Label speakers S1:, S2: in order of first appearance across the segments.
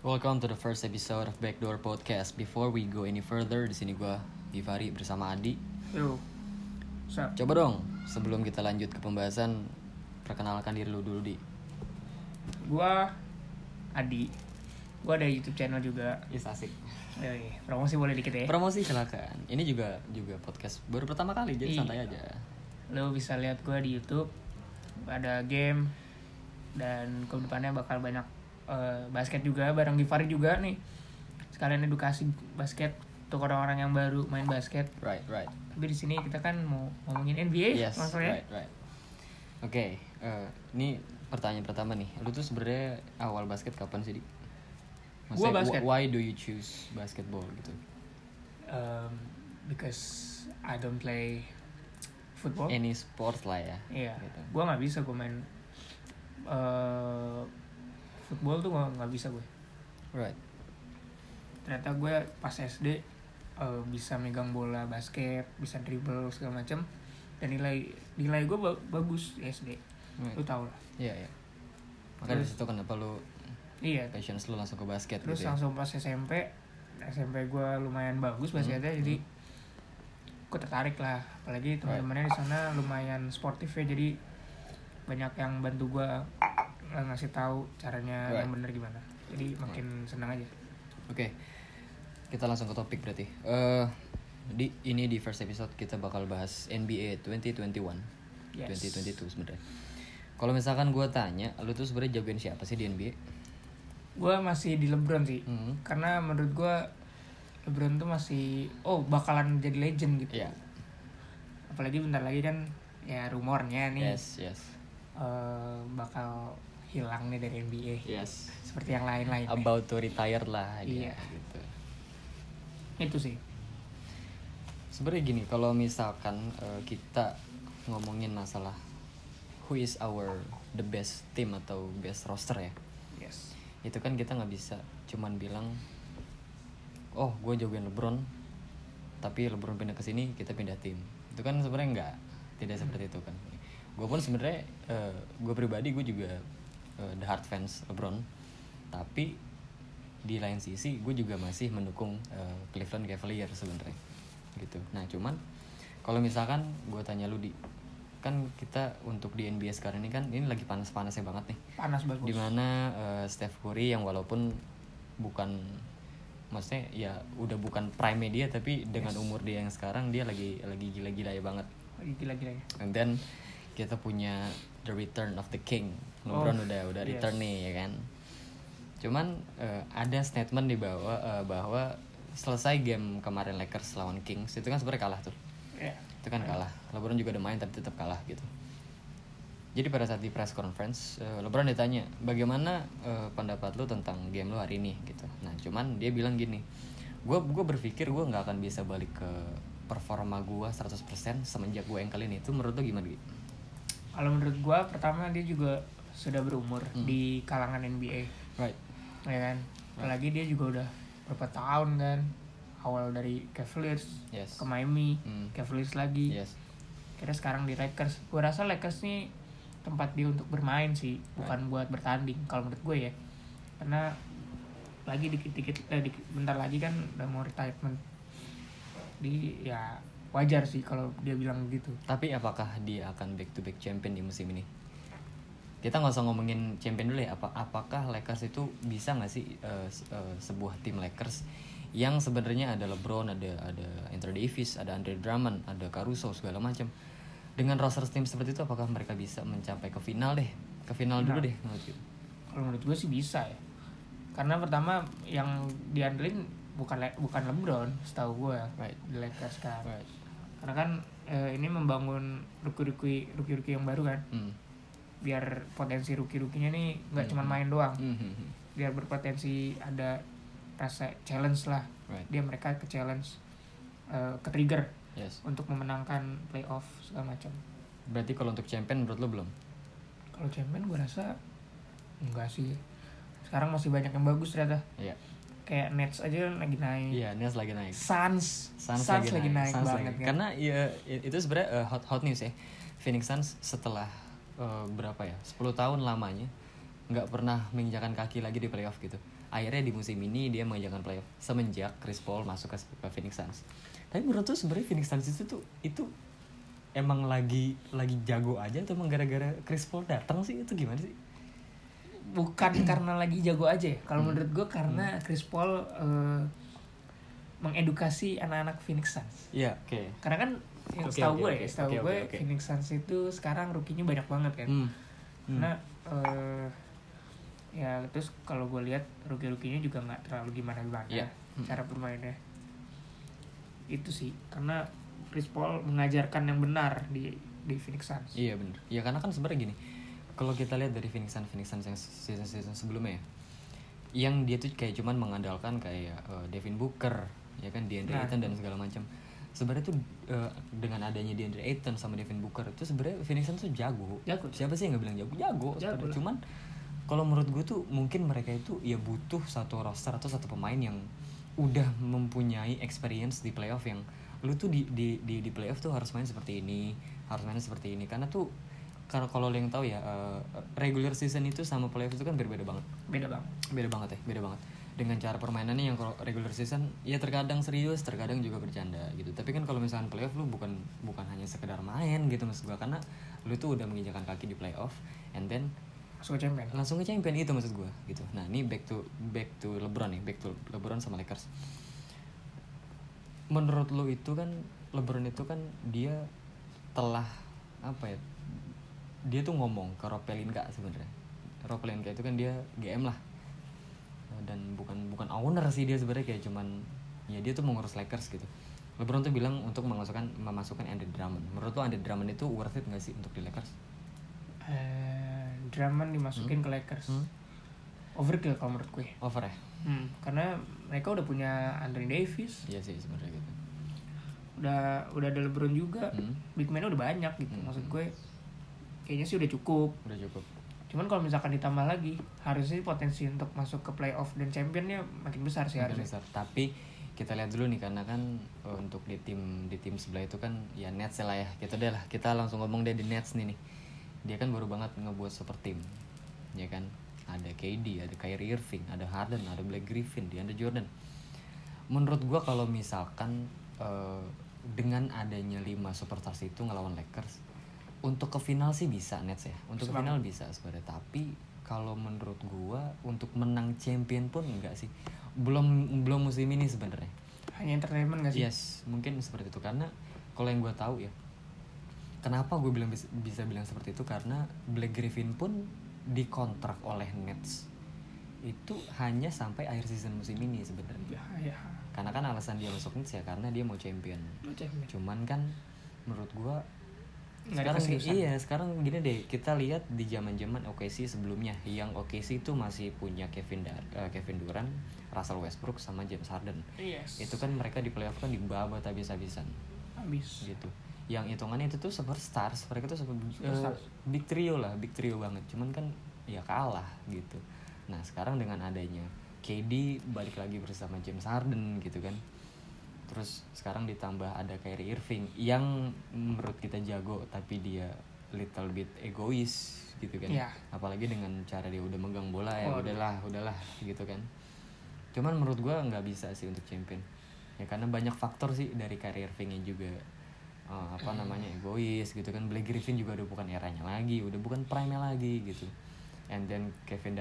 S1: Welcome to the first episode of Backdoor Podcast. Before we go any further, di sini gue Givari bersama Adi.
S2: Yo, sup?
S1: Coba dong, sebelum kita lanjut ke pembahasan, perkenalkan diri lu dulu, Di.
S2: Gua Adi. Gua ada YouTube channel juga.
S1: Yes, asik.
S2: Yoi, promosi boleh dikit ya.
S1: Promosi silakan. Ini juga podcast baru pertama kali, jadi santai aja.
S2: Lo bisa lihat gua di YouTube. Ada game dan ke depannya bakal banyak basket juga bareng Givari juga nih. Sekalian edukasi basket untuk orang-orang yang baru main basket.
S1: Right.
S2: Tapi di sini kita kan mau ngomongin NBA,
S1: Yes,
S2: maksudnya.
S1: right. Oke, ini pertanyaan pertama nih. Lu tuh sebenarnya awal basket kapan sih, Di?
S2: Gua basket.
S1: Why do you choose basketball gitu?
S2: Because I don't play football.
S1: Any sport lah ya.
S2: Iya.
S1: Gitu.
S2: Gua nggak bisa gue main football tuh nggak bisa gue.
S1: Right.
S2: Ternyata gue pas SD bisa megang bola basket, bisa dribble segala macam, dan nilai gue bagus di SD.
S1: Right.
S2: Lu tau lah.
S1: Iya. Makanya dari situ kenapa lu
S2: Iya.
S1: passion lu langsung ke basket
S2: Terus
S1: gitu ya?
S2: langsung pas SMP gue lumayan bagus basketnya, jadi gue tertarik lah. Apalagi teman-temannya di sana lumayan sportif ya, jadi banyak yang bantu gue ngasih tahu caranya yang benar gimana. Jadi makin senang aja.
S1: Oke. Kita langsung ke topik berarti. Di first episode kita bakal bahas NBA 2021.
S2: Yes.
S1: 2022 sebenarnya. Kalau misalkan gue tanya, lu tuh sebenarnya jagoin siapa sih di NBA?
S2: Gue masih di LeBron sih. Karena menurut gue LeBron tuh masih bakalan jadi legend gitu.
S1: Iya.
S2: Apalagi bentar lagi kan ya rumornya nih.
S1: Yes.
S2: Bakal hilang nih dari NBA.
S1: Yes.
S2: Seperti yang lain-lain.
S1: About to retire lah dia.
S2: Iya.
S1: Gitu.
S2: Itu sih.
S1: Sebenarnya gini, kalau misalkan kita ngomongin masalah who is the best team atau best roster ya.
S2: Yes.
S1: Itu kan kita nggak bisa cuman bilang, oh gue jagoin LeBron, tapi LeBron pindah ke sini kita pindah tim. Itu kan sebenarnya tidak seperti itu kan. Gue pun sebenarnya gue pribadi gue juga the hard fans LeBron, tapi di lain sisi gue juga masih mendukung Cleveland Cavaliers sebenarnya gitu. Nah cuman kalau misalkan gue tanya lu, Di, kan kita untuk di NBA sekarang ini kan ini lagi panas-panasnya banget nih.
S2: Panas bagus.
S1: Dimana Steph Curry yang walaupun bukan, maksudnya ya udah bukan prime dia, tapi dengan umur dia yang sekarang dia lagi gila-gila ya banget.
S2: Lagi gila-gilanya.
S1: And then kita punya the return of the king. LeBron udah return nih ya kan. Cuman ada statement di bawah bahwa selesai game kemarin Lakers lawan Kings itu kan sebenarnya kalah tuh.
S2: Yeah.
S1: Itu kan kalah. LeBron juga udah main tapi tetap kalah gitu. Jadi pada saat di press conference LeBron ditanya, bagaimana pendapat lu tentang game lu hari ini gitu. Nah cuman dia bilang gini, gue berpikir gue nggak akan bisa balik ke performa gue 100% semenjak gue ankle ini. Itu menurut lu gimana gitu?
S2: Kalau menurut gue pertama dia juga sudah berumur di kalangan NBA.
S1: Right.
S2: Ya kan. Apalagi dia juga udah berapa tahun kan. Awal dari Cavaliers ke Miami, Cavaliers lagi.
S1: Yes.
S2: Kira sekarang di Lakers. Gue rasa Lakers nih tempat dia untuk bermain sih, bukan buat bertanding kalau menurut gue ya. Karena lagi dikit-dikit bentar lagi kan udah mau retirement. Di ya wajar sih kalau dia bilang gitu.
S1: Tapi apakah dia akan back to back champion di musim ini? Kita nggak usah ngomongin champion dulu ya. Apakah Lakers itu bisa nggak sih sebuah tim Lakers yang sebenarnya ada LeBron, ada Anthony Davis, ada Andre Drummond, ada Caruso segala macam. Dengan roster tim seperti itu, apakah mereka bisa mencapai ke final deh? Ke final dulu deh menurut gue.
S2: Kalau menurut gue sih bisa ya. Karena pertama yang diandelin bukan LeBron, setahu gue di Lakers kan.
S1: Right.
S2: Karena kan ini membangun rookie yang baru kan. Biar potensi rookie-nya nih nggak cuma main doang. Biar berpotensi ada rasa challenge lah. Dia mereka ke challenge, ke trigger untuk memenangkan playoff segala macam.
S1: Berarti kalau untuk champion menurut lo belum?
S2: Kalau champion gue rasa enggak sih. Sekarang masih banyak yang bagus ternyata.
S1: Iya.
S2: Kayak Nets aja lagi naik.
S1: Iya, Nets lagi naik.
S2: Suns lagi naik banget kan.
S1: Karena ya itu sebenarnya hot news ya. Phoenix Suns setelah berapa ya? 10 tahun lamanya nggak pernah menginjakan kaki lagi di playoff gitu. akhirnya di musim ini dia mengajakkan playoff semenjak Chris Paul masuk ke Phoenix Suns. Tapi menurut tuh sebenarnya Phoenix Suns itu emang lagi jago aja atau emang gara-gara Chris Paul datang sih, itu gimana sih?
S2: Bukan karena lagi jago aja. Kalau menurut gue karena Chris Paul mengedukasi anak-anak Phoenix Suns.
S1: Iya, oke.
S2: Karena kan yang setahu gue Phoenix Suns itu sekarang rookie-nya banyak banget kan. Karena ya terus kalau gue lihat rookie-rookie-nya juga nggak terlalu gimana cara bermainnya. Itu sih karena Chris Paul mengajarkan yang benar di Phoenix Suns.
S1: Iya benar. Ya karena kan sebenarnya gini, kalau kita lihat dari Phoenix Suns yang season sebelumnya ya, yang dia tuh kayak cuman mengandalkan kayak Devin Booker, ya kan, DeAndre Ayton dan segala macam. Sebenarnya tuh dengan adanya DeAndre Ayton sama Devin Booker itu sebenarnya Phoenix Suns tuh jago. Siapa sih yang nggak bilang jago? Cuman kalau menurut gue tuh mungkin mereka itu ya butuh satu roster atau satu pemain yang udah mempunyai experience di playoff, yang lu tuh di playoff tuh harus main seperti ini, karena tuh kalau lo yang tahu ya, regular season itu sama playoff itu kan berbeda banget. Beda banget. Dengan cara permainannya yang kalau regular season ya terkadang serius, terkadang juga bercanda gitu. Tapi kan kalau misalkan playoff lu bukan hanya sekedar main gitu maksud gua, karena lu tuh udah menginjakan kaki di playoff and then langsung ke champion itu maksud gua gitu. Nah, ini back to LeBron nih, back to LeBron sama Lakers. Menurut lu itu kan LeBron itu kan dia telah apa ya? Dia tuh ngomong ke Rob Pelinka sebenarnya. Rob Pelinka itu kan dia GM lah. Dan bukan owner sih dia sebenarnya, kayak cuman ya dia tuh mengurus Lakers gitu. LeBron tuh bilang untuk memasukkan Andre Drummond. Menurut lo Andre Drummond itu worth it nggak sih untuk di Lakers?
S2: Drummond dimasukin ke Lakers. Overkill kalau menurut gue.
S1: Over ya?
S2: Karena mereka udah punya Anthony Davis.
S1: Iya sih sebenarnya gitu.
S2: Udah ada LeBron juga. Big man-nya udah banyak gitu. Maksud gue kayaknya sih udah cukup. Cuman kalau misalkan ditambah lagi, harusnya potensi untuk masuk ke playoff dan championnya makin besar sih harusnya.
S1: Tapi kita lihat dulu nih, karena kan untuk di tim sebelah itu kan ya Nets lah ya. Kita langsung ngomong deh di Nets nih. Dia kan baru banget ngebuat super team, ya kan. Ada KD, ada Kyrie Irving, ada Harden, ada Blake Griffin, DeAndre Jordan. Menurut gua kalau misalkan dengan adanya 5 superstars itu ngelawan Lakers, untuk ke final sih bisa Nets ya. Untuk ke final bisa sebenarnya, tapi kalau menurut gua untuk menang champion pun enggak sih. Belum musim ini sebenarnya.
S2: Hanya entertainment enggak sih?
S1: Yes, mungkin seperti itu, karena kalau yang gua tahu ya, kenapa gue bisa bilang seperti itu, karena Blake Griffin pun dikontrak oleh Nets itu hanya sampai akhir season musim ini sebenarnya.
S2: Ya.
S1: Karena kan alasan dia masuk Nets ya karena dia mau champion. Cuman kan menurut gue sekarang gini deh, kita lihat di zaman OKC sebelumnya, yang OKC itu masih punya Kevin Durant, Russell Westbrook sama James Harden. Itu kan mereka di playoff kan dibabat habis-habisan. Gitu. Yang hitungannya itu tuh superstars, mereka tuh big trio banget. Cuman kan ya kalah gitu. Nah, sekarang dengan adanya KD balik lagi bersama James Harden gitu kan. Terus sekarang ditambah ada Kyrie Irving yang menurut kita jago tapi dia little bit egois gitu kan. Apalagi dengan cara dia udah megang bola ya udahlah gitu kan. Cuman menurut gua nggak bisa sih untuk champion. Ya karena banyak faktor sih, dari Kyrie Irvingnya juga egois gitu kan. Blake Griffin juga udah bukan eranya lagi, udah bukan prime-nya lagi gitu. And then Kevin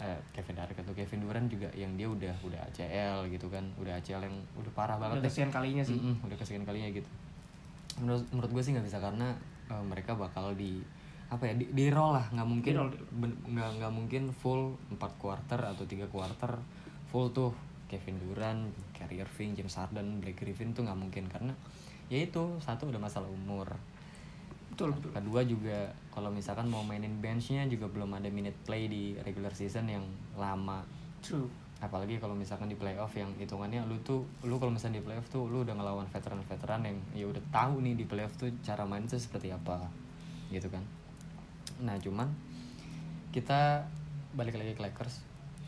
S1: Durant juga yang dia udah ACL gitu kan, udah ACL yang udah parah banget.
S2: Udah kesekian kalinya sih.
S1: Udah kesekian kalinya gitu. Menurut gue sih nggak bisa, karena mereka bakal di roll lah, nggak mungkin full 4 quarter atau 3 quarter full tuh Kevin Durant, Kyrie Irving, James Harden, Blake Griffin tuh nggak mungkin, karena ya itu satu udah masalah umur.
S2: Betul.
S1: Kedua juga kalau misalkan mau mainin benchnya juga belum ada minute play di regular season yang lama.
S2: True.
S1: Apalagi kalau misalkan di playoff yang hitungannya lu kalau misalkan di playoff tuh lu udah ngelawan veteran yang ya udah tahu nih di playoff tuh cara main tuh seperti apa gitu kan. Nah, cuman kita balik lagi ke Lakers.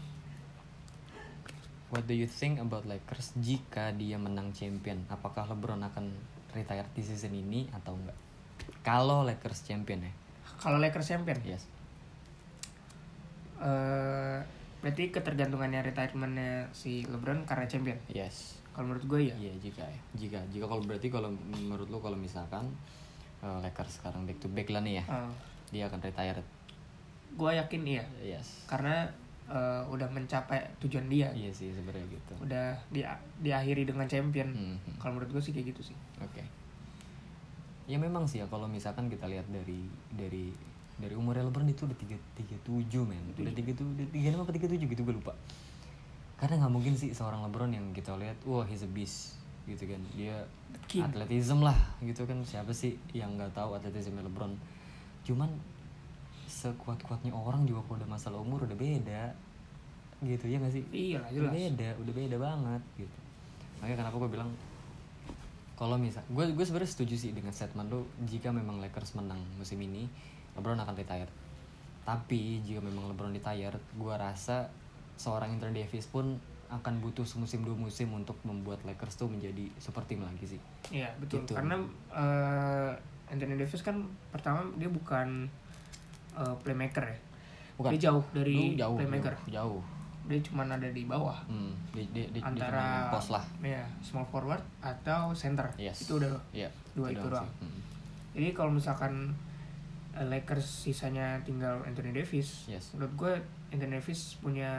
S1: What do you think about Lakers jika dia menang champion? Apakah LeBron akan retire di season ini atau enggak? Kalau Lakers champion ya.
S2: Kalau Lakers champion?
S1: Yes.
S2: Berarti ketergantungannya retirementnya si LeBron karena champion.
S1: Yes.
S2: Kalau menurut gue ya.
S1: Iya, jika kalau berarti kalau menurut lo kalau misalkan Lakers sekarang back to back lah nih ya, dia akan retire.
S2: Gue yakin iya.
S1: Yes.
S2: Karena udah mencapai tujuan dia.
S1: Iya sih sebenarnya gitu.
S2: Udah diakhiri dengan champion. Kalau menurut gue sih kayak gitu sih.
S1: Oke. Ya memang sih ya kalau misalkan kita lihat dari umurnya LeBron itu udah 37 men. Udah 36 apa 37 gitu gue lupa. Karena nggak mungkin sih seorang LeBron yang kita lihat wah he's a beast gitu kan. Dia atletism lah gitu kan. Siapa sih yang nggak tahu atletismnya LeBron? Cuman sekuat-kuatnya orang juga kalau udah masalah umur udah beda gitu ya nggak sih?
S2: Iya lah jelas.
S1: Udah beda banget gitu. Makanya kenapa gue bilang kalau misal gue sebenarnya setuju sih dengan statement lo, jika memang Lakers menang musim ini LeBron akan retire. Tapi jika memang LeBron retire, gue rasa seorang Anthony Davis pun akan butuh semusim 2 musim untuk membuat Lakers tuh menjadi super team lagi sih.
S2: Iya betul
S1: gitu.
S2: Karena Anthony Davis kan pertama dia bukan playmaker ya. Bukan. Dia jauh dari playmaker.
S1: Jauh.
S2: Dia cuma ada di bawah. Antara
S1: pos lah.
S2: Ya, small forward atau center.
S1: Yes.
S2: Itu udah dua itu doang. Jadi kalau misalkan Lakers sisanya tinggal Anthony Davis, menurut gue Anthony Davis punya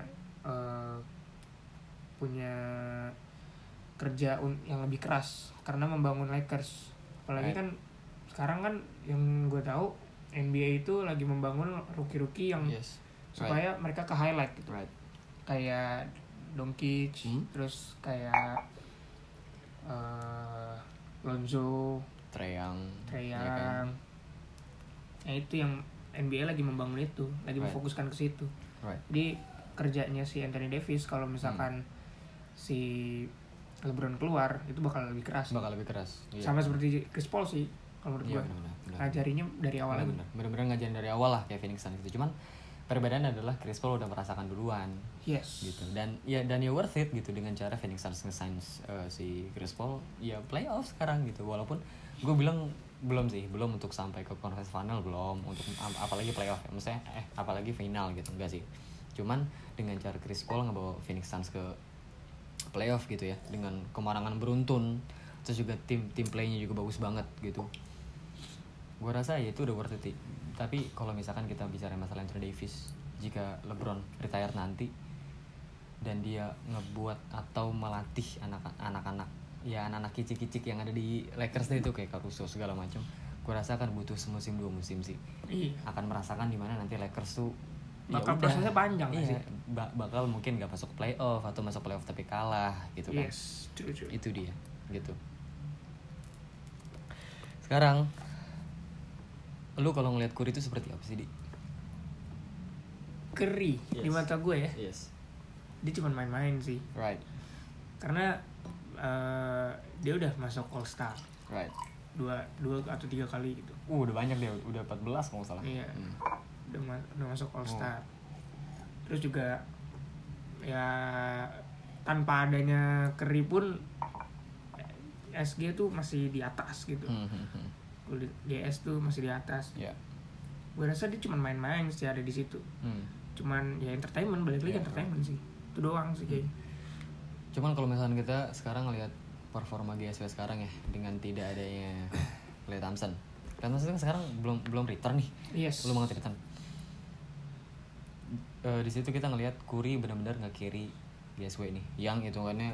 S2: kerja yang lebih keras karena membangun Lakers. Apalagi kan sekarang kan yang gue tahu NBA itu lagi membangun rookie-rookie yang supaya mereka ke highlight gitu. Kayak Doncic, terus kayak Lonzo, Trae Young. Ya kan? Nah itu yang NBA lagi membangun itu, lagi memfokuskan ke situ. Jadi kerjanya si Anthony Davis kalau misalkan si LeBron keluar itu bakal lebih keras. Iya. Sama seperti Chris Paul sih kalau menurut gue. Ngajarinya dari awal lagi.
S1: Bener-bener ngajarin dari awal lah kayak Phoenix Suns gitu. Cuman perbedaannya adalah Chris Paul udah merasakan duluan.
S2: Yes.
S1: Gitu. Dan ya worth it gitu dengan cara Phoenix Suns nge-sign si Chris Paul ya playoff sekarang gitu. Walaupun gue bilang belum untuk sampai ke conference final, belum untuk apalagi playoff ya. Maksudnya apalagi final gitu, enggak sih. Cuman dengan cara Chris Paul ngebawa Phoenix Suns ke playoff gitu ya dengan kemenangan beruntun, terus juga tim playnya juga bagus banget gitu. Gue rasa ya itu udah worth it. Tapi kalau misalkan kita bicara masalah Anthony Davis, jika LeBron retire nanti dan dia ngebuat atau melatih anak-anak kicik-kicik yang ada di Lakers itu kayak Caruso segala macam, gue rasa akan butuh semusim 2 musim sih. Akan merasakan dimana nanti Lakers tuh
S2: bakal prosesnya panjang
S1: sih. Bakal mungkin gak masuk playoff atau masuk playoff tapi kalah gitu kan.
S2: True.
S1: Itu dia gitu. Sekarang lu kalau ngeliat Curry itu seperti apa sih, Di?
S2: Curry di mata gue ya. Dia cuma main-main sih. Karena dia udah masuk All Star. Dua atau 3 kali gitu.
S1: Udah banyak dia, udah 14 kalau salah.
S2: Iya. Udah masuk All Star. Terus juga ya tanpa adanya Curry pun SG tuh masih di atas gitu. DS tuh masih di atas. Gue rasa dia cuma main-main sih ada di situ. Cuman ya entertainment, balik lagi entertainment sih. Itu doang sih kayaknya.
S1: Cuman kalau misalnya kita sekarang ngelihat performa GSW sekarang ya dengan tidak adanya Klay Thompson. Klay Thompson kan sekarang belum return nih. Belum banget return. Di situ kita ngelihat Curry benar-benar nge-carry GSW nih. Yang hitungannya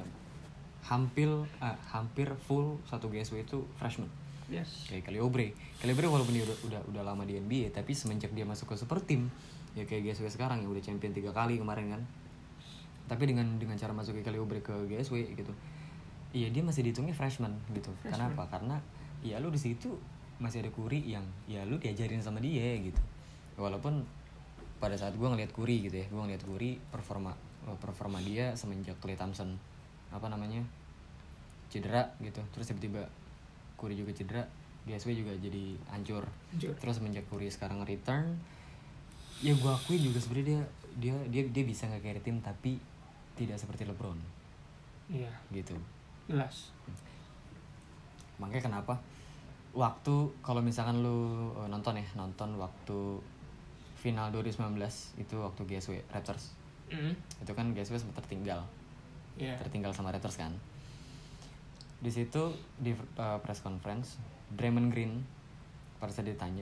S1: hampir full satu GSW itu freshman. Kayak Kelly Oubre walaupun dia udah lama di NBA, tapi semenjak dia masuk ke super team ya kayak GSW sekarang ya udah champion 3 kali kemarin kan. Tapi dengan cara masuk ke Kelly Oubre ke GSW gitu, iya dia masih dihitungnya freshman gitu. Kenapa? Karena ya lu di situ masih ada Curry yang ya lu diajarin sama dia gitu. Walaupun pada saat gue ngeliat Curry gitu ya, gue ngeliat Curry performa dia semenjak Klay Thompson cedera gitu, terus tiba-tiba Curry juga cedera, GSW juga jadi hancur. Terus semenjak Curry sekarang return, ya gue akui juga sebenarnya dia bisa nge-carry tim tapi tidak seperti LeBron.
S2: Iya.
S1: Gitu.
S2: Jelas.
S1: Makanya kenapa waktu kalau misalkan lu nonton waktu final 2019 itu waktu GSW Raptors. Itu kan GSW sempat tertinggal sama Raptors kan. Di situ di press conference Draymond Green pada saat ditanya,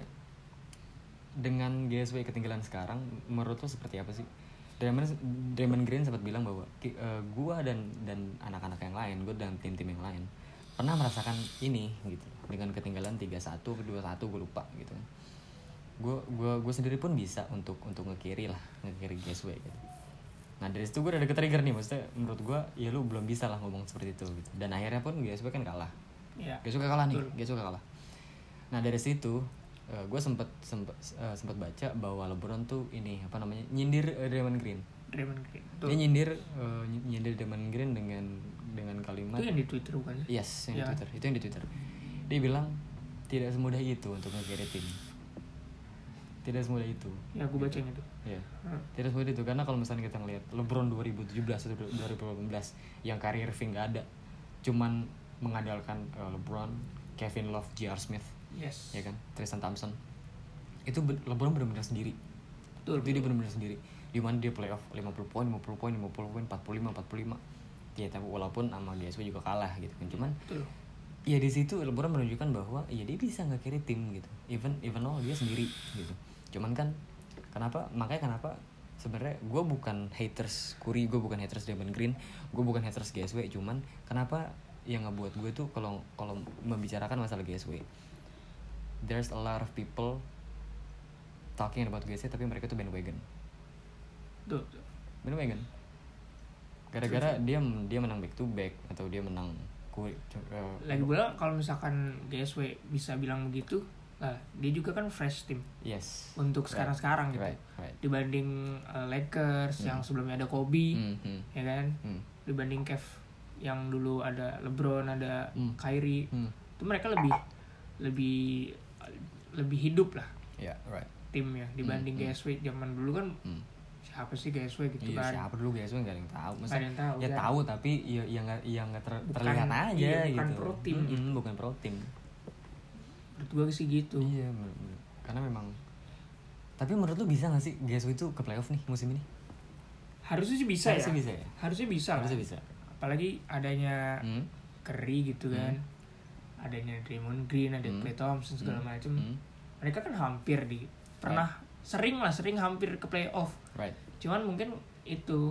S1: dengan GSW ketinggalan sekarang menurut lo seperti apa sih? Draymond Green sempat bilang bahwa gue dan anak-anak yang lain, gue dan tim-tim yang lain pernah merasakan ini gitu, dengan ketinggalan 3-1 ke 2-1 gue lupa gitu. Gue sendiri pun bisa untuk ngekiri GSW gitu. Nah dari situ gue udah ke-trigger nih, maksudnya menurut gue ya lu belum bisa lah ngomong seperti itu gitu. Dan akhirnya pun GSW kan kalah. GSW kalah nih, GSW kalah. Nah dari situ gue sempat baca bahwa LeBron tuh ini apa namanya, nyindir Draymond Green. Dia nyindir Draymond Green dengan kalimat.
S2: Itu yang di Twitter bukan?
S1: Yes, yang di Twitter. Itu yang di Twitter. Dia bilang tidak semudah itu untuk nge-carry tim. Tidak semudah itu.
S2: Ya, gue baca itu.
S1: Ya. Tidak semudah itu, karena kalau misalnya kita ngelihat LeBron 2017 atau 2018 yang Kyrie Irving nggak ada, cuman mengandalkan LeBron, Kevin Love, J.R. Smith, ya kan, Tristan Thompson. Itu LeBron benar-benar sendiri. Betul. Dia benar-benar sendiri. Di mana dia playoff 50 poin, 45, 45. Ya, tapi walaupun sama GSW juga kalah gitu kan. Cuman ya di situ LeBron menunjukkan bahwa ya dia bisa nge-carry tim gitu. Even though dia sendiri gitu. Cuman kan makanya kenapa sebenarnya gue bukan haters Curry, gue bukan haters Draymond Green, gue bukan haters GSW, cuman kenapa yang ngebuat gue tuh kalau membicarakan masalah GSW, there's a lot of people talking about GSW tapi mereka tuh bandwagon. Bandwagon. Gara-gara dia menang back to back atau dia menang
S2: lagi pula kalau misalkan GSW bisa bilang begitu, dia juga kan fresh team.
S1: Yes.
S2: Untuk sekarang gitu.
S1: Right.
S2: Dibanding Lakers yang sebelumnya ada Kobe, ya kan? Dibanding Cavs yang dulu ada LeBron, ada Kyrie, itu mereka lebih hidup lah.
S1: Yeah, right.
S2: Timnya dibanding GSW zaman dulu kan. Siapa sih GSW gitu kan?
S1: Siapa dulu GSW nggak ada yang tahu.
S2: Nggak ada yang tahu.
S1: Ya kan? Tahu tapi ya nggak terlihat aja
S2: bukan
S1: gitu.
S2: Pro team.
S1: Bukan pro team.
S2: Menurut gue sih gitu.
S1: Iya, karena memang. Tapi menurut lu bisa nggak sih GSW itu ke playoff nih musim ini?
S2: Harusnya sih bisa.
S1: Harusnya bisa.
S2: Apalagi adanya Curry gitu kan. Adanya Draymond Green, ada Klay Thompson segala macam. Mereka kan hampir sering hampir ke playoff.
S1: Right.
S2: Cuman mungkin itu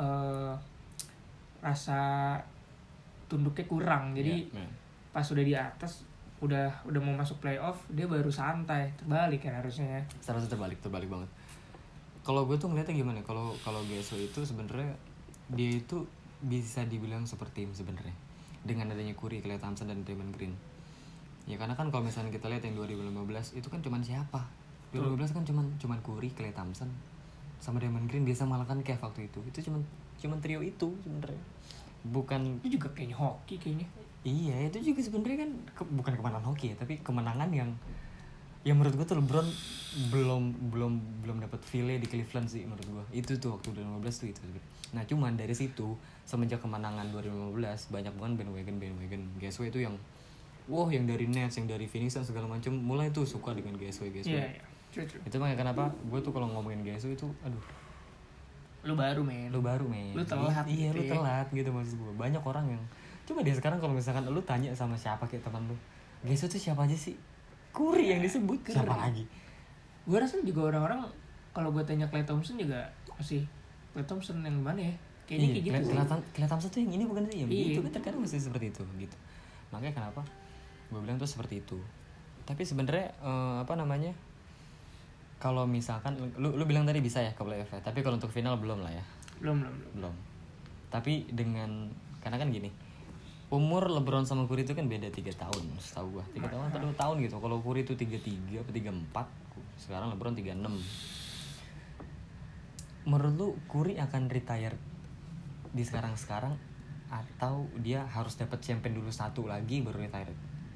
S2: rasa tunduknya kurang. Jadi pas udah di atas, udah mau masuk playoff, dia baru santai. Terbalik kan harusnya.
S1: Seharusnya terbalik banget. Kalau gue tuh ngeliatnya gimana? Kalau GSW itu sebenarnya dia itu bisa dibilang super team sebenarnya. Dengan adanya Curry, Klay Thompson dan Draymond Green. Ya karena kan kalau misalnya kita lihat yang 2015 itu kan cuman siapa? 2015 kan cuman Curry, Klay Thompson sama Draymond Green bisa mengalahkan Cavs waktu itu. Itu cuman trio itu sebenarnya. Bukan
S2: itu juga kayaknya hoki kayaknya.
S1: Iya, itu juga sebenarnya kan bukan kemenangan hoki ya, tapi kemenangan yang menurut gue tuh LeBron belum dapat feel di Cleveland sih menurut gue. Itu tuh waktu 2015 tuh itu. Nah, cuman dari situ semenjak kemenangan 2015 banyak banget bandwagon GSW itu yang yang dari Nets, yang dari Phoenix dan segala macam mulai tuh suka dengan GSW.
S2: Iya. True.
S1: Itu makanya kenapa gue tuh kalau ngomongin GSW itu aduh.
S2: Lu baru men.
S1: Lu telat. Iya, lu telat gitu maksud gue. Banyak orang yang coba dia sekarang kalau misalkan lu tanya sama siapa kayak teman lu, GSW tuh siapa aja sih? Curry yang disebut. Siapa lagi?
S2: Gue rasa juga orang-orang kalau gue tanya Klay Thompson juga masih Klay Thompson yang mana ya? Kayaknya kayak gitu.
S1: Klay Thompson tuh yang ini bukan sih? Itu kan terkadang masih seperti itu gitu. Makanya kenapa gue bilang tuh seperti itu. Tapi sebenarnya kalau misalkan lu bilang tadi bisa ya ke playoff ya. Tapi kalau untuk final belum lah ya. Belum. Tapi karena kan gini. Umur LeBron sama Curry itu kan beda 3 tahun setahu gua. 3 tahun atau 2 tahun gitu. Kalau Curry itu 33 atau 34, sekarang LeBron 36. Menurut lu Curry akan retire di sekarang atau dia harus dapat champion dulu satu lagi baru retire?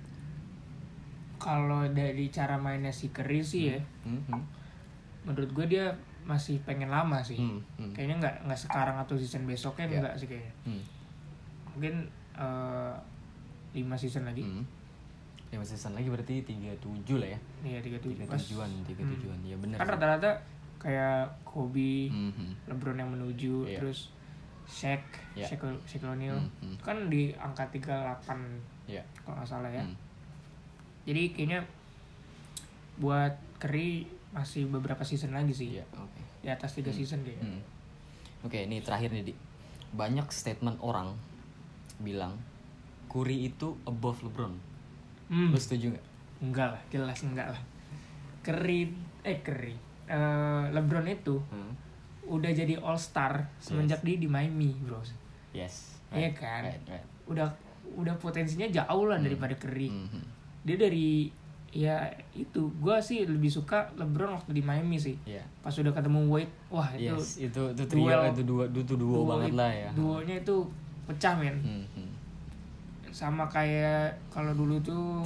S2: Kalau dari cara mainnya si Curry sih ya. Menurut gua dia masih pengen lama sih. Kayaknya enggak sekarang atau season besoknya enggak sih kayaknya. Mungkin 5 season lagi.
S1: 5 season lagi berarti 37 lah ya.
S2: Iya 37.
S1: 37-an. Ya benar.
S2: Kan rata-rata kayak Kobe, LeBron yang menuju, terus Shaq O'Neal kan di angka 38 kalau nggak salah ya. Jadi kayaknya buat Curry masih beberapa season lagi sih, di atas 3 season kayaknya.
S1: Oke, ini terakhir nih, Di. Banyak statement orang bilang Curry itu above LeBron. Lu setuju nggak?
S2: Enggak lah, jelas enggak lah. Curry LeBron itu udah jadi All Star semenjak dia di Miami, bro.
S1: Yes.
S2: Iya kan. Right. Udah potensinya jauh lah daripada Curry. Dia dari ya itu, gue sih lebih suka LeBron waktu di Miami sih. Pas udah ketemu Wade, wah
S1: itu duo banget lah ya.
S2: Duonya itu pecah, men. Sama kayak kalau dulu tuh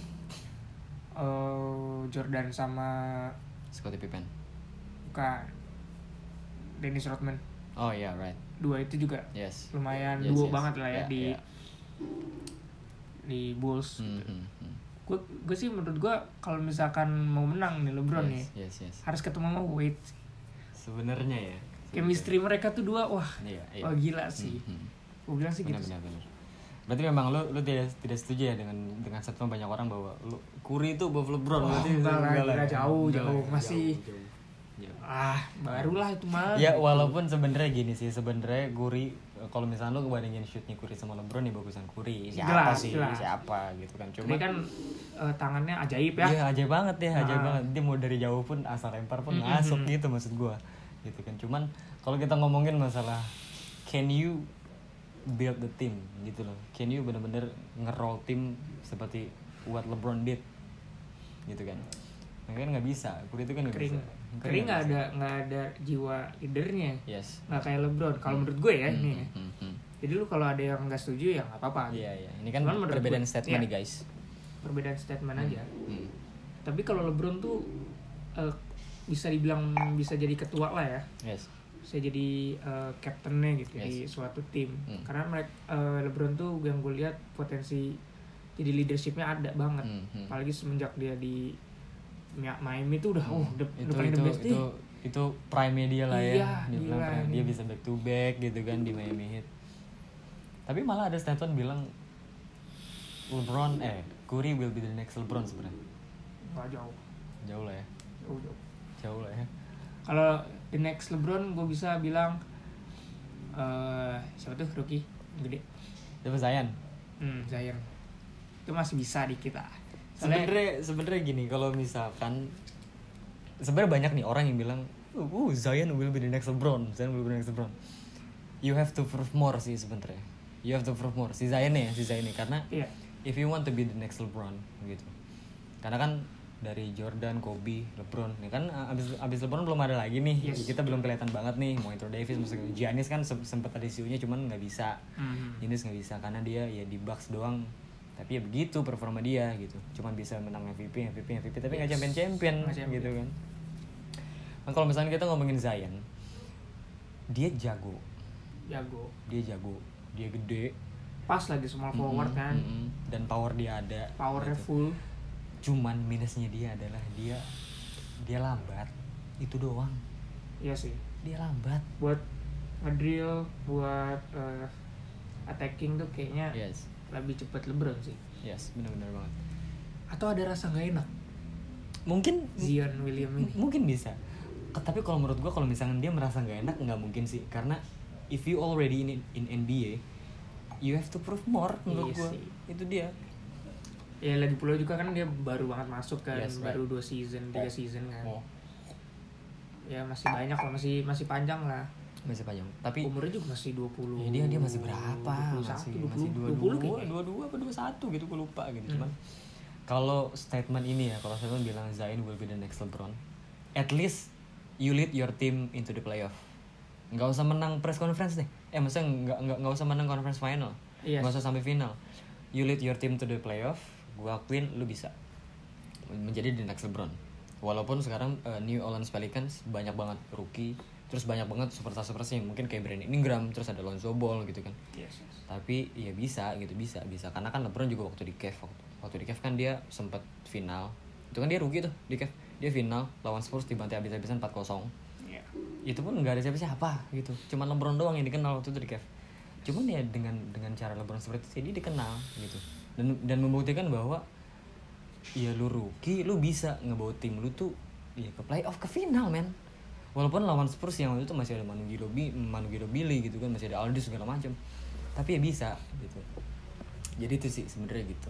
S2: Jordan sama
S1: Scottie Pippen.
S2: Bukan, Dennis Rodman.
S1: Oh iya, right.
S2: Dua itu juga lumayan duo banget lah ya di Bulls. Gue sih menurut gue kalau misalkan mau menang nih LeBron harus ketemu sama Wade.
S1: Sebenarnya ya.
S2: Chemistry mereka tuh dua, wah gila sih. Gue bilang sih gitu.
S1: Benar. Berarti memang lu tidak setuju ya dengan statement banyak orang bahwa Curry itu above LeBron.
S2: Enggak jauh masih. Barulah itu mah.
S1: Ya walaupun sebenarnya gini sih, sebenarnya Curry kalau misalnya lu ngebandingin shootnya Curry sama LeBron ya bagusan Curry. Siapa gitu kan. Cuma
S2: dia kan tangannya ajaib ya.
S1: Iya, ajaib banget. Dia mau dari jauh pun asal lempar pun masuk gitu maksud gua. Gitu kan. Cuman kalau kita ngomongin masalah can you build the team gitu loh. Can you benar-benar nge-roll tim seperti what LeBron did gitu kan. Kan nggak bisa. Curry itu kan nggak bisa.
S2: Curry nggak ada jiwa leadernya. Nggak kayak LeBron. Kalau menurut gue ya ini. Jadi lu kalau ada yang nggak setuju ya nggak apa-apa.
S1: Iya. Ini kan perbedaan statement nih guys.
S2: Perbedaan statement aja. Tapi kalau LeBron tuh bisa dibilang bisa jadi ketua lah ya. Bisa jadi captainnya gitu di suatu tim. Karena LeBron tuh yang gue lihat potensi jadi leadershipnya ada banget. Apalagi semenjak dia di Miami tuh udah paling the best nih.
S1: Itu prime dia lah ya.
S2: Dia
S1: bisa back to back gitu kan di Miami Heat. Tapi malah ada statement bilang Curry will be the next LeBron sebenarnya.
S2: Nggak jauh.
S1: Jauh lah ya. Jauh lah ya.
S2: Kalau the next LeBron gue bisa bilang siapa tuh rookie gede?
S1: Siapa Zion?
S2: Zion. Itu masih bisa dikit lah.
S1: Sebenarnya gini, kalau misalkan sebenarnya banyak nih orang yang bilang Zion will be the next LeBron. You have to prove more sih sebenarnya. You have to prove more. Si Zion nih karena if you want to be the next LeBron gitu. Karena kan dari Jordan, Kobe, LeBron, ya kan abis LeBron belum ada lagi nih. Kita belum kelihatan banget nih. Mau Anthony Davis, Giannis kan sempat ada isunya, cuman nggak bisa. Giannis nggak bisa karena dia ya di Bucks doang. Tapi ya begitu performa dia gitu. Cuman bisa menang MVP, tapi nggak champion gitu kan. Nah, kalau misalnya kita ngomongin Zion, dia jago. Dia gede.
S2: Pas lagi small forward kan.
S1: Dan power dia ada.
S2: Powernya gitu. Full.
S1: Cuman minusnya dia adalah dia lambat. Itu doang.
S2: Iya sih.
S1: Dia lambat.
S2: Buat ngedrill, buat attacking tuh kayaknya lebih cepat LeBron sih.
S1: Benar-benar banget.
S2: Atau ada rasa nggak enak?
S1: Mungkin
S2: Zion William ini.
S1: Mungkin bisa. Tapi kalau menurut gue kalau misalnya dia merasa nggak enak, nggak mungkin sih. Karena if you already in NBA, you have to prove more menurut gue. Itu dia.
S2: Ya lagi pula juga kan dia baru banget masuk kan, baru 2 season, 3 season kan. Ya masih banyak lah, masih panjang lah.
S1: Masih panjang. Tapi
S2: umurnya juga masih 20.
S1: Ya dia masih berapa?
S2: 21,
S1: masih 22 apa 21 gitu, gue lupa gitu. Cuman kalau statement ini ya, kalau statement bilang Zion will be the next LeBron, at least you lead your team into the playoff. Nggak usah menang press conference deh. Maksudnya nggak usah menang conference final. Nggak usah sampai final. You lead your team to the playoff. Gue akuin lu bisa menjadi the next LeBron. Walaupun sekarang New Orleans Pelicans banyak banget rookie, terus banyak banget superstar yang mungkin kayak Brandon Ingram, terus ada Lonzo Ball gitu kan. Tapi ya bisa karena kan LeBron juga waktu di Cavs kan dia sempat final. Itu kan dia rookie tuh di Cavs. dia final lawan Spurs dibantai habis-habisan 4-0.
S2: Iya.
S1: Itu pun nggak ada siapa-siapa gitu, cuman LeBron doang yang dikenal waktu itu di Cavs. Cuman ya dengan cara LeBron seperti itu dia dikenal gitu, dan membuktikan bahwa ya lu rookie lu bisa ngebawa tim lu tuh ya ke playoff, ke final men. Walaupun lawan Spurs yang waktu itu masih ada Manu Ginobili gitu kan, masih ada Aldridge segala macam, tapi ya bisa gitu. Jadi itu sih sebenarnya gitu.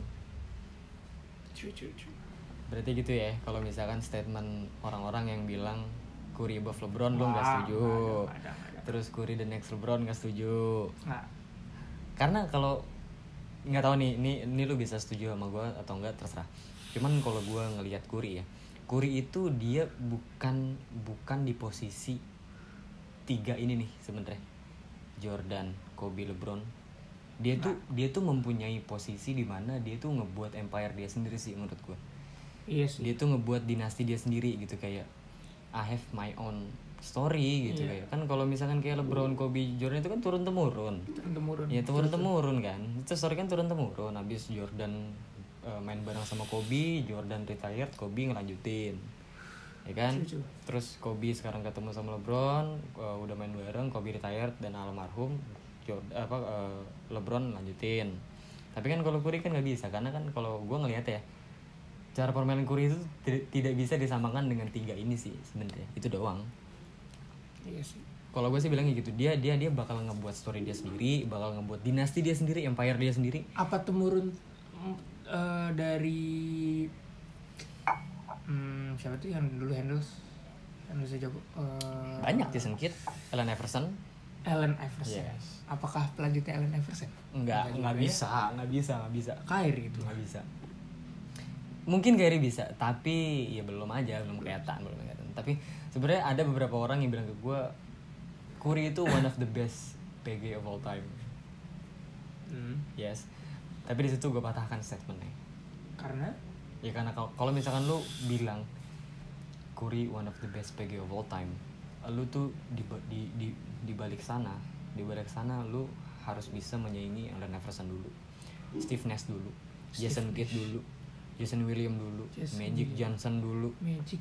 S1: Berarti gitu ya kalau misalkan statement orang-orang yang bilang Curry above LeBron lu nggak setuju.
S2: Ada.
S1: Terus Curry the next LeBron nggak setuju.
S2: Nggak.
S1: Karena kalau nggak tahu nih, ini lu bisa setuju sama gue atau enggak terserah. Cuman kalau gue ngelihat Curry ya, Curry itu dia bukan di posisi 3 ini nih sebenarnya. Jordan, Kobe, LeBron. Dia tuh mempunyai posisi di mana dia tuh ngebuat empire dia sendiri sih menurut gue.
S2: Iya sih.
S1: Dia tuh ngebuat dinasti dia sendiri gitu, kayak I have my own story gitu. Kayak kan kalau misalkan kayak LeBron, Kobe, Jordan itu kan turun temurun. Ya turun temurun kan. Itu story kan turun temurun. Habis Jordan main bareng sama Kobe, Jordan retired, Kobe ngelanjutin, ya kan. Terus Kobe sekarang ketemu sama LeBron, udah main bareng, Kobe retired dan almarhum LeBron lanjutin. Tapi kan kalau Curry kan nggak bisa, karena kan kalau gue ngelihat ya, cara permainan Curry itu tidak bisa disamakan dengan 3 ini sih sebenarnya, itu doang.
S2: Iya sih.
S1: Kalau gue sih bilangnya gitu, dia bakal ngebuat story dia sendiri, bakal ngebuat dinasti dia sendiri, empire dia sendiri.
S2: Apa temurun dari siapa tuh yang dulu handles jago?
S1: Banyak Jason Kidd, Allen Iverson.
S2: Yes. Apakah pelanjutnya Allen Iverson?
S1: Enggak bisa.
S2: Kyrie itu.
S1: Nggak bisa. Mungkin Kyrie bisa, tapi ya belum kelihatan. Tapi sebenarnya ada beberapa orang yang bilang ke gue, Curry itu one of the best PG of all time. Yes. Tapi di situ gue patahkan statementnya.
S2: Karena?
S1: Ya karena kalau misalkan lu bilang Curry one of the best PG of all time, lu tuh di balik sana lu harus bisa menyaingi Allen Iverson dulu, Steve Nash dulu, Jason Kidd dulu, Jason Williams dulu, Magic Johnson dulu.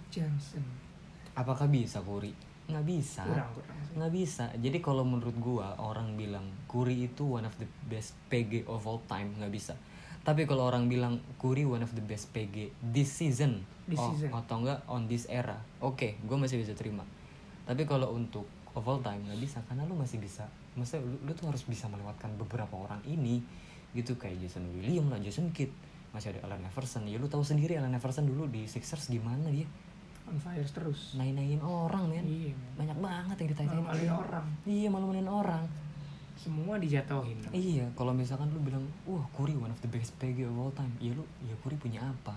S1: Apakah bisa Curry? Nggak bisa. Nggak bisa. Jadi kalau menurut gua, orang bilang Curry itu one of the best PG of all time, nggak bisa. Tapi kalau orang bilang Curry one of the best PG this season. Atau enggak on this era, oke, gua masih bisa terima. Tapi kalau untuk of all time nggak bisa, karena lu masih bisa, maksudnya lu tuh harus bisa melewatkan beberapa orang ini gitu, kayak Jason Williams lah, Jason Kidd, masih ada Allen Iverson. Ya lu tahu sendiri Allen Iverson dulu di Sixers gimana dia
S2: on fire terus,
S1: naik-naikin orang men. Iya, banyak banget yang ditanya
S2: orang.
S1: Iya, malu-maluin orang,
S2: semua dijatuhin.
S1: Iya, kalau misalkan lu bilang wah Curry one of the best PG of all time, ya lu, ya Curry punya apa?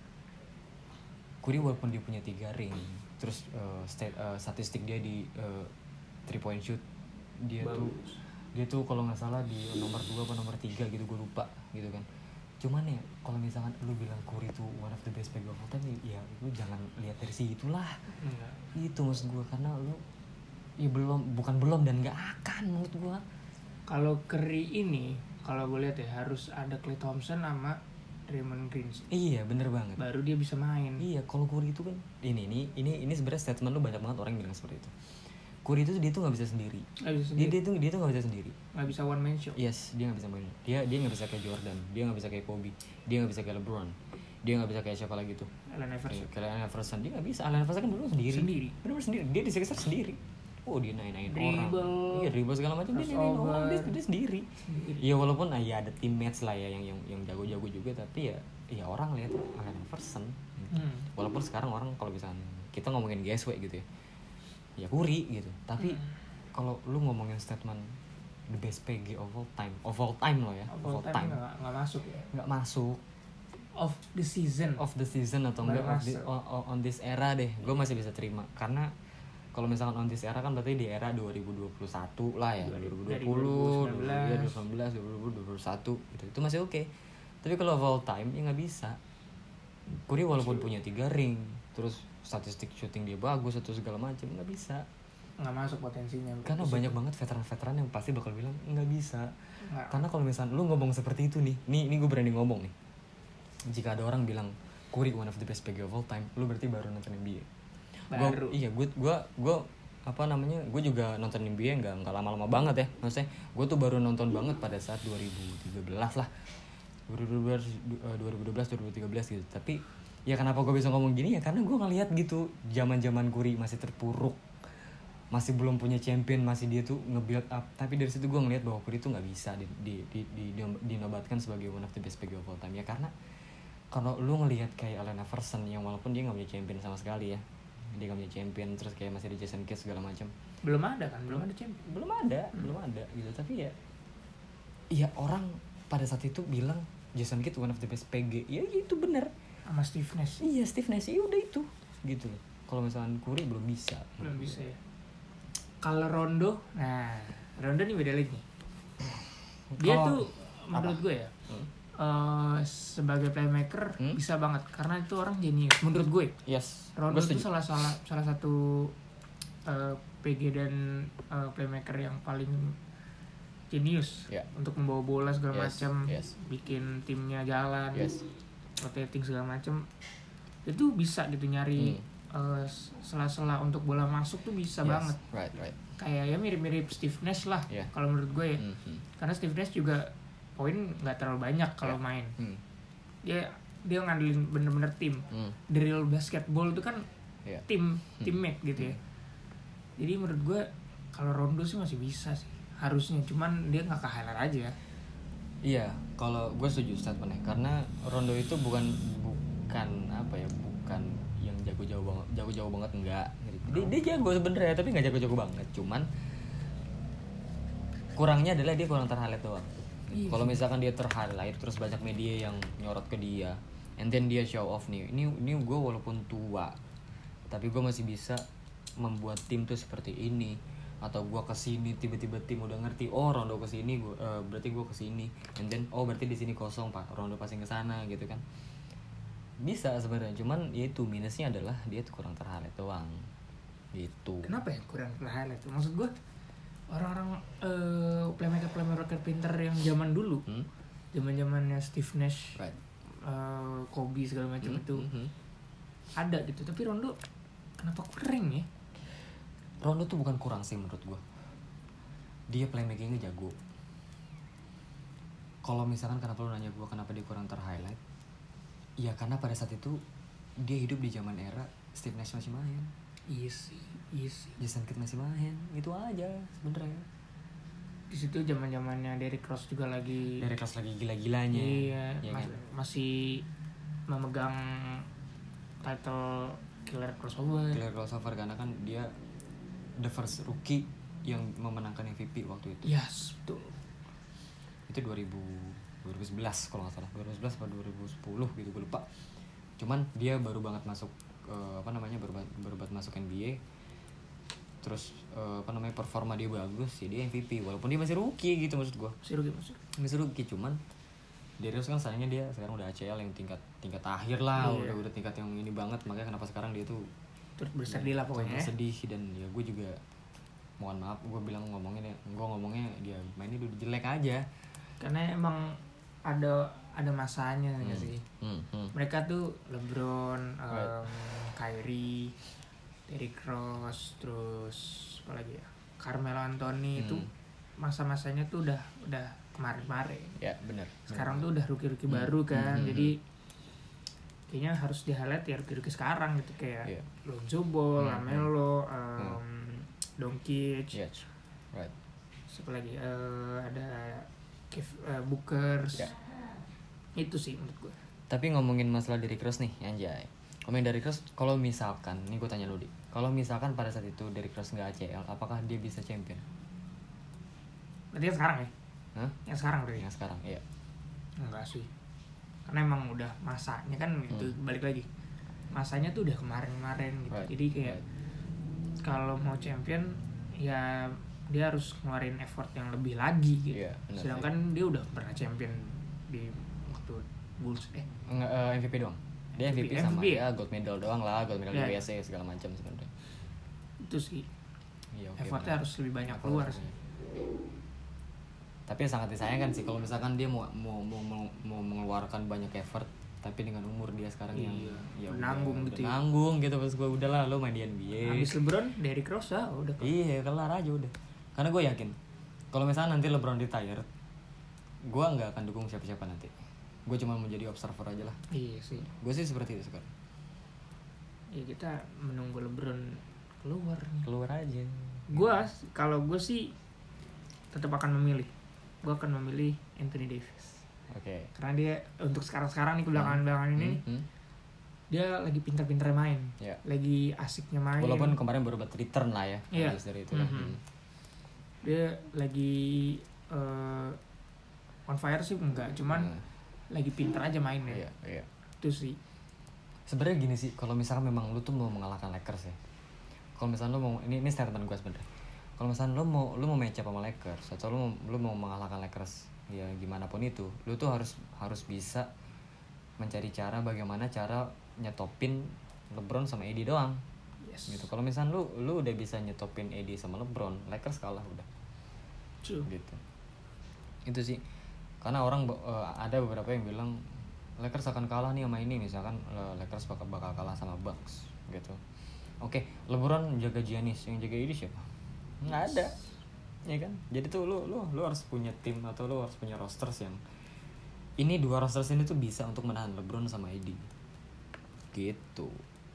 S1: Curry walaupun dia punya 3 ring, terus statistik dia di 3 point shoot dia tuh kalau nggak salah di nomor 2 atau nomor 3 gitu, gue lupa gitu kan. Cuman ya kalau misalkan lu bilang Curry tuh one of the best PG of all time, ya lu jangan lihat dari situ lah. Itu maksud gue, karena lu ya bukan belum dan nggak akan menurut gue.
S2: Kalau Curry ini, kalau gue lihat ya harus ada Klay Thompson sama Draymond Green.
S1: Iya, bener banget.
S2: Baru dia bisa main.
S1: Iya, kalau Curry itu kan ini sebenarnya statement lu banyak banget orang yang bilang seperti itu. Curry itu dia tuh nggak bisa sendiri. Dia tuh nggak bisa sendiri.
S2: Nggak bisa one man show.
S1: Yes, dia nggak bisa main. Dia nggak bisa kayak Jordan. Dia nggak bisa kayak Kobe. Dia nggak bisa kayak LeBron. Dia nggak bisa kayak siapa lagi tuh?
S2: Allen
S1: Iverson. Dia nggak bisa. Allen Iverson kan dulu sendiri. Benar sendiri. Dia di Sixers sendiri. Oh, dia naik-naikin orang. Iya, dribble segala macam, dia naik-naikin orang, dia sendiri. Iya, walaupun ya ada teammates lah ya yang jago-jago juga, tapi ya orang lihat Allen Iverson. Walaupun sekarang orang kalau misalkan kita ngomongin GSW gitu ya Curry gitu. Tapi kalau lu ngomongin statement the best PG of all time loh ya.
S2: Of all time nggak masuk ya.
S1: Nggak masuk.
S2: Of the season
S1: atau enggak on this era deh, gue masih bisa terima. Karena kalau misalkan on this era kan berarti di era 2021 lah ya, 2020, 2019, 2021 gitu. Itu masih oke. Tapi kalau of all time ya nggak bisa. Curry walaupun punya 3 ring, terus statistik shooting dia bagus atau segala macam, nggak bisa.
S2: Nggak masuk potensinya.
S1: Karena banyak banget veteran-veteran yang pasti bakal bilang nggak bisa. Karena kalau misalkan lu ngomong seperti itu nih gue berani ngomong nih. Jika ada orang bilang Curry one of the best PG of all time, lu berarti baru nonton NBA.
S2: Baru.
S1: Gue apa namanya, gue juga nonton NBA nggak lama-lama banget ya, maksudnya gue tuh baru nonton banget pada saat 2013 lah, 2013 gitu. Tapi ya kenapa gue bisa ngomong gini ya, karena gue ngeliat gitu zaman Curry masih terpuruk, masih belum punya champion, masih dia tuh nge-build up. Tapi dari situ gue ngeliat bahwa Curry tuh nggak bisa dinobatkan sebagai one of the best PG of all time ya, karena kalau lu ngelihat kayak Allen Iverson yang walaupun dia nggak punya champion sama sekali ya, dia gak punya champion, terus kayak masih ada Jason Kidd segala macam,
S2: belum ada champion,
S1: belum ada gitu. Tapi ya orang pada saat itu bilang Jason Kidd one of the best PG, ya itu benar,
S2: sama Steve Nash.
S1: Iya Steve Nash, ya udah itu gitu. Kalau misalkan Curry belum bisa
S2: Ya. Kalau Rondo, nah Rondo nih beda lagi nih. Dia tuh menurut gue ya, sebagai playmaker bisa banget, karena itu orang jenius menurut gue.
S1: Yes.
S2: Rondo itu salah satu PG dan playmaker yang paling jenius untuk membawa bola segala macam, bikin timnya jalan, rotating segala macam. Itu bisa gitu nyari sela-sela untuk bola masuk tuh bisa banget.
S1: Right.
S2: Kayak ya mirip-mirip Steve Nash lah kalau menurut gue ya. Karena Steve Nash juga poin nggak terlalu banyak kalau main. Dia ngandelin bener-bener tim. The real basketball itu kan teammate gitu ya. Jadi menurut gue kalau Rondo sih masih bisa sih harusnya, cuman dia nggak ke highlight aja.
S1: Iya, kalau gue setuju statementnya, karena Rondo itu bukan apa ya, bukan yang jago-jago banget enggak. Dia jago sebenarnya, tapi nggak jago-jago banget. Cuman kurangnya adalah dia kurang terhighlight doang. Kalau misalkan dia terhighlight terus banyak media yang nyorot ke dia, and then dia show off nih, ini gue walaupun tua tapi gue masih bisa membuat tim tuh seperti ini, atau gue kesini tiba-tiba tim udah ngerti, oh Rondo kesini, berarti gue kesini, and then berarti di sini kosong Pak, Rondo passing ke sana gitu kan, bisa sebenarnya. Cuman ya itu minusnya adalah dia tuh kurang terhighlight doang gitu.
S2: Kenapa ya kurang terhighlight? Maksud gue orang-orang playmaker pinter yang zaman dulu, zaman-zamannya Steve Nash, Kobe segala macam itu ada gitu. Tapi Rondo kenapa kurang ya?
S1: Rondo tuh bukan kurang sih menurut gue, dia playmakingnya jago. Kalau misalkan kenapa lu nanya gue kenapa dia kurang terhighlight, ya karena pada saat itu dia hidup di zaman era Steve Nash masih main.
S2: Iya sih.
S1: Jason Kidd masih main, itu aja sebenarnya.
S2: Di situ zaman-zamannya Derrick Rose juga lagi
S1: gila-gilanya.
S2: Iya, masih memegang title killer crossover
S1: karena kan dia the first rookie yang memenangkan MVP waktu itu.
S2: Yes, betul.
S1: Itu 2011 kalau nggak salah, 2011 atau 2010 gitu, gue lupa. Cuman dia baru banget masuk baru banget masuk NBA. Terus performa dia bagus, ya dia MVP walaupun dia masih rookie gitu, maksud gue. Masih rookie, cuman Darius kan sayangnya dia sekarang udah ACL yang tingkat akhir lah, udah tingkat yang ini banget, makanya kenapa sekarang dia tuh
S2: terus bersedih lah pokoknya.
S1: Bersedih, dan ya gue juga mohon maaf, gue ngomongnya dia mainnya udah jelek aja.
S2: Karena emang ada masanya ya sih. Mereka tuh LeBron, Kyrie, Derrick Rose, terus apa lagi ya, Carmelo Anthony itu masa-masanya tuh udah kemarin.
S1: Ya benar.
S2: Sekarang tuh udah rookie baru kan, jadi kayaknya harus di highlight ya rookie sekarang gitu, kayak Lonzo Ball, Lamelo, Doncic,
S1: right.
S2: Siapa lagi? Ada Booker. Itu sih menurut gue.
S1: Tapi ngomongin masalah Derrick Rose nih, anjay. Ngomongin Derrick Rose, kalau misalkan, nih gue tanya lu Di, kalau misalkan pada saat itu Derrick Rose nggak ACL, apakah dia bisa champion?
S2: Berarti yang sekarang ya? Yang sekarang berarti?
S1: Yang sekarang, iya.
S2: Enggak sih, karena emang udah masanya kan gitu. Balik lagi, masanya tuh udah kemarin gitu. Jadi kayak kalau mau champion ya dia harus ngeluarin effort yang lebih lagi gitu. Sedangkan dia udah pernah champion di waktu Bulls
S1: MVP doang. Dia MVP sama ya gold medal doang lah, gold medal USA segala macam sebenarnya.
S2: Itu sih. Effortnya harus lebih banyak keluar sih.
S1: Tapi sangat disayangkan sih kalau misalkan dia mau mengeluarkan banyak effort tapi dengan umur dia sekarang yang ya
S2: nanggung gitu.
S1: Nanggung gitu pas gue udahlah lo main di NBA.
S2: Habis LeBron, Derrick Rose udah.
S1: Iya, kelar aja udah. Karena gue yakin kalau misalnya nanti LeBron retire, gue nggak akan dukung siapa-siapa nanti. Gue cuma mau jadi observer aja lah.
S2: Iya sih.
S1: Gue sih seperti itu sekarang.
S2: Ya kita menunggu LeBron keluar.
S1: Keluar aja.
S2: Kalau gue sih tetap akan memilih. Gue akan memilih Anthony Davis.
S1: Oke.
S2: Karena dia untuk sekarang nih belakangan ini dia lagi pintar-pintarnya main.
S1: Yeah.
S2: Lagi asiknya main.
S1: Walaupun kemarin baru buat return lah ya.
S2: Yeah.
S1: Dari itu.
S2: Dia lagi on fire sih enggak, cuman lagi pintar aja mainnya.
S1: Iya.
S2: Itu sih.
S1: Sebenarnya gini sih, kalau misalkan memang lu tuh mau mengalahkan Lakers ya. Kalau misalkan lu mau ini statement gue sebenarnya. Kalau misalkan lu mau match up sama Lakers atau lu mau mengalahkan Lakers ya gimana pun itu, lu tuh harus bisa mencari cara bagaimana cara nyetopin LeBron sama AD doang.
S2: Yes.
S1: Gitu. Kalau misalkan lu udah bisa nyetopin AD sama LeBron, Lakers kalah udah.
S2: True.
S1: Gitu. Itu sih. Karena orang ada beberapa yang bilang Lakers akan kalah nih sama ini, misalkan Lakers bakal kalah sama Bucks gitu. Oke, LeBron jaga Giannis, yang jaga AD siapa? Nggak ada. Ya kan? Jadi tuh lu harus punya tim atau lu harus punya rosters yang ini dua rosters ini tuh bisa untuk menahan LeBron sama AD. Gitu.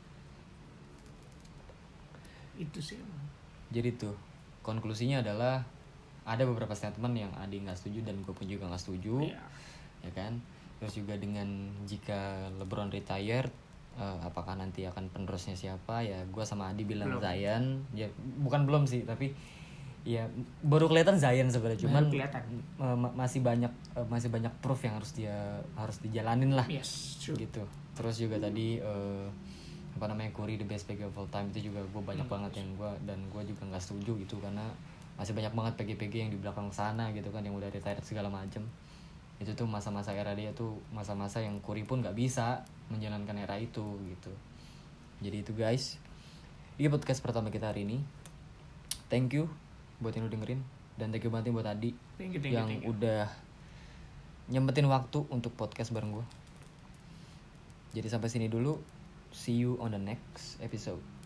S2: Itu sih.
S1: Jadi tuh konklusinya adalah ada beberapa statement yang Adi nggak setuju dan gue pun juga nggak setuju, ya kan. Terus juga dengan jika LeBron retired, apakah nanti akan penerusnya siapa? Ya gue sama Adi bilang belum. Zion, ya bukan belum sih, tapi ya baru kelihatan Zion sebenarnya, cuman masih banyak proof yang harus dijalanin lah.
S2: Yes, true.
S1: Gitu. Terus juga tadi Curry the best PG of all time itu juga gue banyak banget yang gue juga nggak setuju gitu, karena masih banyak banget PG-PG yang di belakang sana gitu kan yang udah retired segala macem. Itu tuh masa-masa era dia tuh masa-masa yang Curry pun nggak bisa menjalankan era itu gitu. Jadi itu guys, ini podcast pertama kita hari ini. Thank you buat yang udah dengerin, dan thank you banget buat Adi yang udah nyempetin waktu untuk podcast bareng gue. Jadi sampai sini dulu. See you on the next episode.